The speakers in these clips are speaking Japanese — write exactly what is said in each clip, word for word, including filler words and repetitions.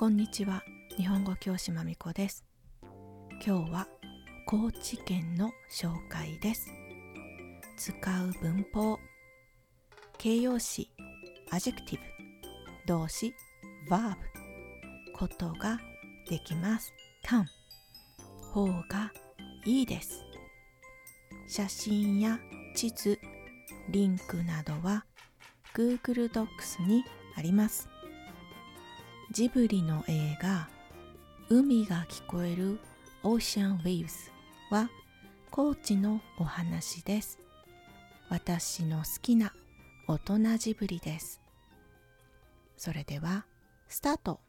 こんにちは。日本語教師まみこです。今日は高知県の紹介です。使う文法、形容詞、adjective、動詞、verb、ことができます。can、方がいいです。写真や地図、リンクなどは Google Docs にあります。ジブリの映画海が聞こえる Ocean Waves は高知のお話です。私の好きな大人ジブリです。それではスタート。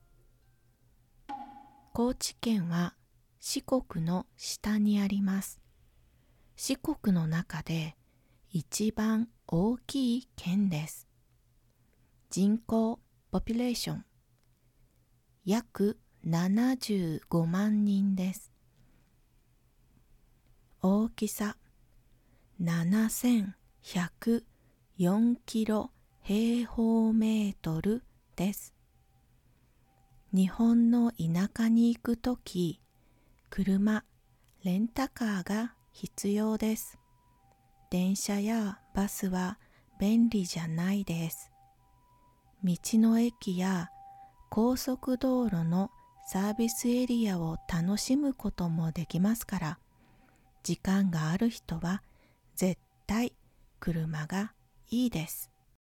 高知県は四国の下にあります。四国の中で一番大きい県です。人口、ポピュレーション約ななじゅうごまんにんです。大きさななせんひゃくよんキロ平方メートルです。日本の田舎に行くとき、車、レンタカーが必要です。電車やバスは便利じゃないです。道の駅や高速道路のサービスエリアを楽しむこともできますから、時間がある人は絶対車がいいです。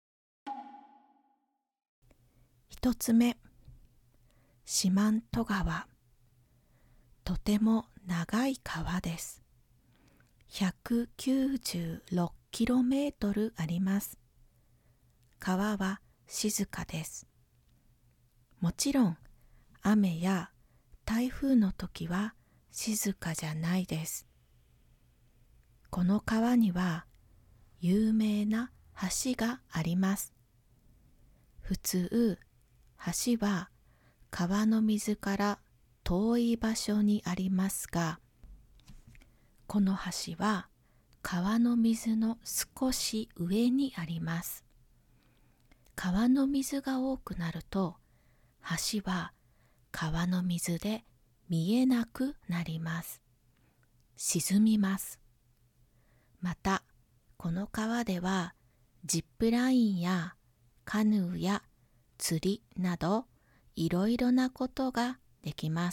一つ目、四万十川。とても長い川です。ひゃくきゅうじゅうろくキロメートルあります。川は静かです。もちろん雨や台風の時は静かじゃないです。この川には有名な橋があります。普通、橋は川の水から遠い場所にありますが、この橋は川の水の少し上にあります。川の水が多くなると、橋は川の水で見えなくなります。沈みます。また、この川ではジップラインやカヌーや釣りなどいろいろなことができます。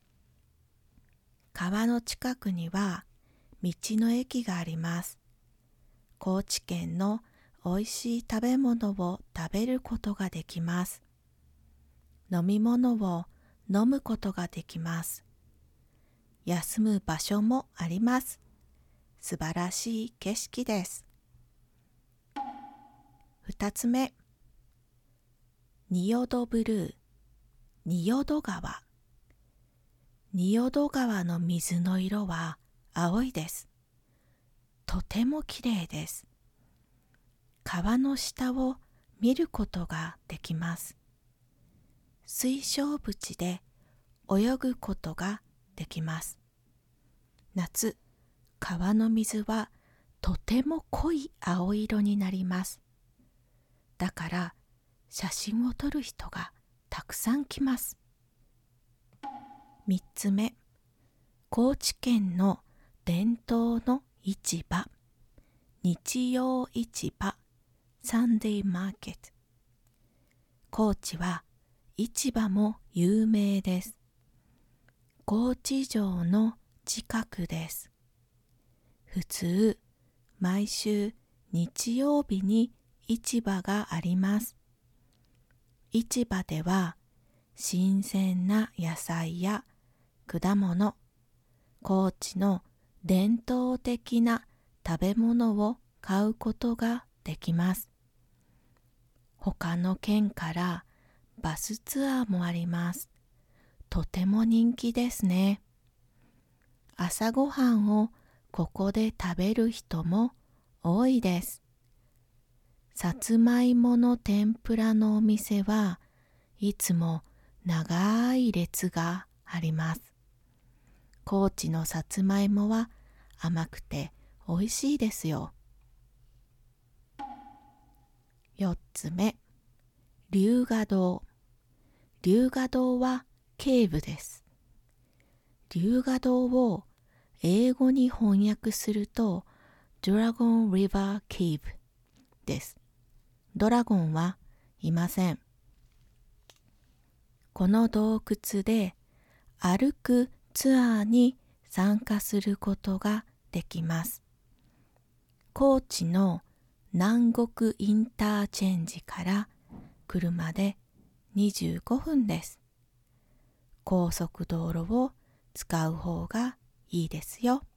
川の近くには道の駅があります。高知県のおいしい食べ物を食べることができます。飲み物を飲むことができます。休む場所もあります。素晴らしい景色です。二つ目、仁淀ブルー、仁淀川。仁淀川の水の色は青いです。とてもきれいです。川の下を見ることができます。水晶淵で泳ぐことができます。夏、川の水はとても濃い青色になります。だから写真を撮る人がたくさん来ます。三つ目、高知県の伝統の市場、日曜市場、サンデーマーケット。高知は市場も有名です。高知城の近くです。普通、毎週日曜日に市場があります。市場では新鮮な野菜や果物、高知の伝統的な食べ物を買うことができます。他の県からバスツアーもあります。とても人気ですね。朝ごはんをここで食べる人も多いです。さつまいもの天ぷらのお店はいつも長い列があります。高知のさつまいもは甘くて美味しいですよ。四つ目、龍河洞。 龍河洞はケーブです。龍河洞を英語に翻訳するとドラゴンリバーケーブです。ドラゴンはいません。この洞窟で歩くツアーに参加することができます。高知の南国インターチェンジから車でにじゅうごふんです。高速道路を使う方がいいですよ。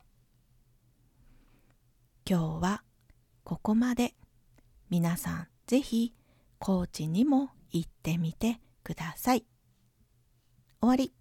今日はここまで。皆さんぜひ高知にも行ってみてください。終わり。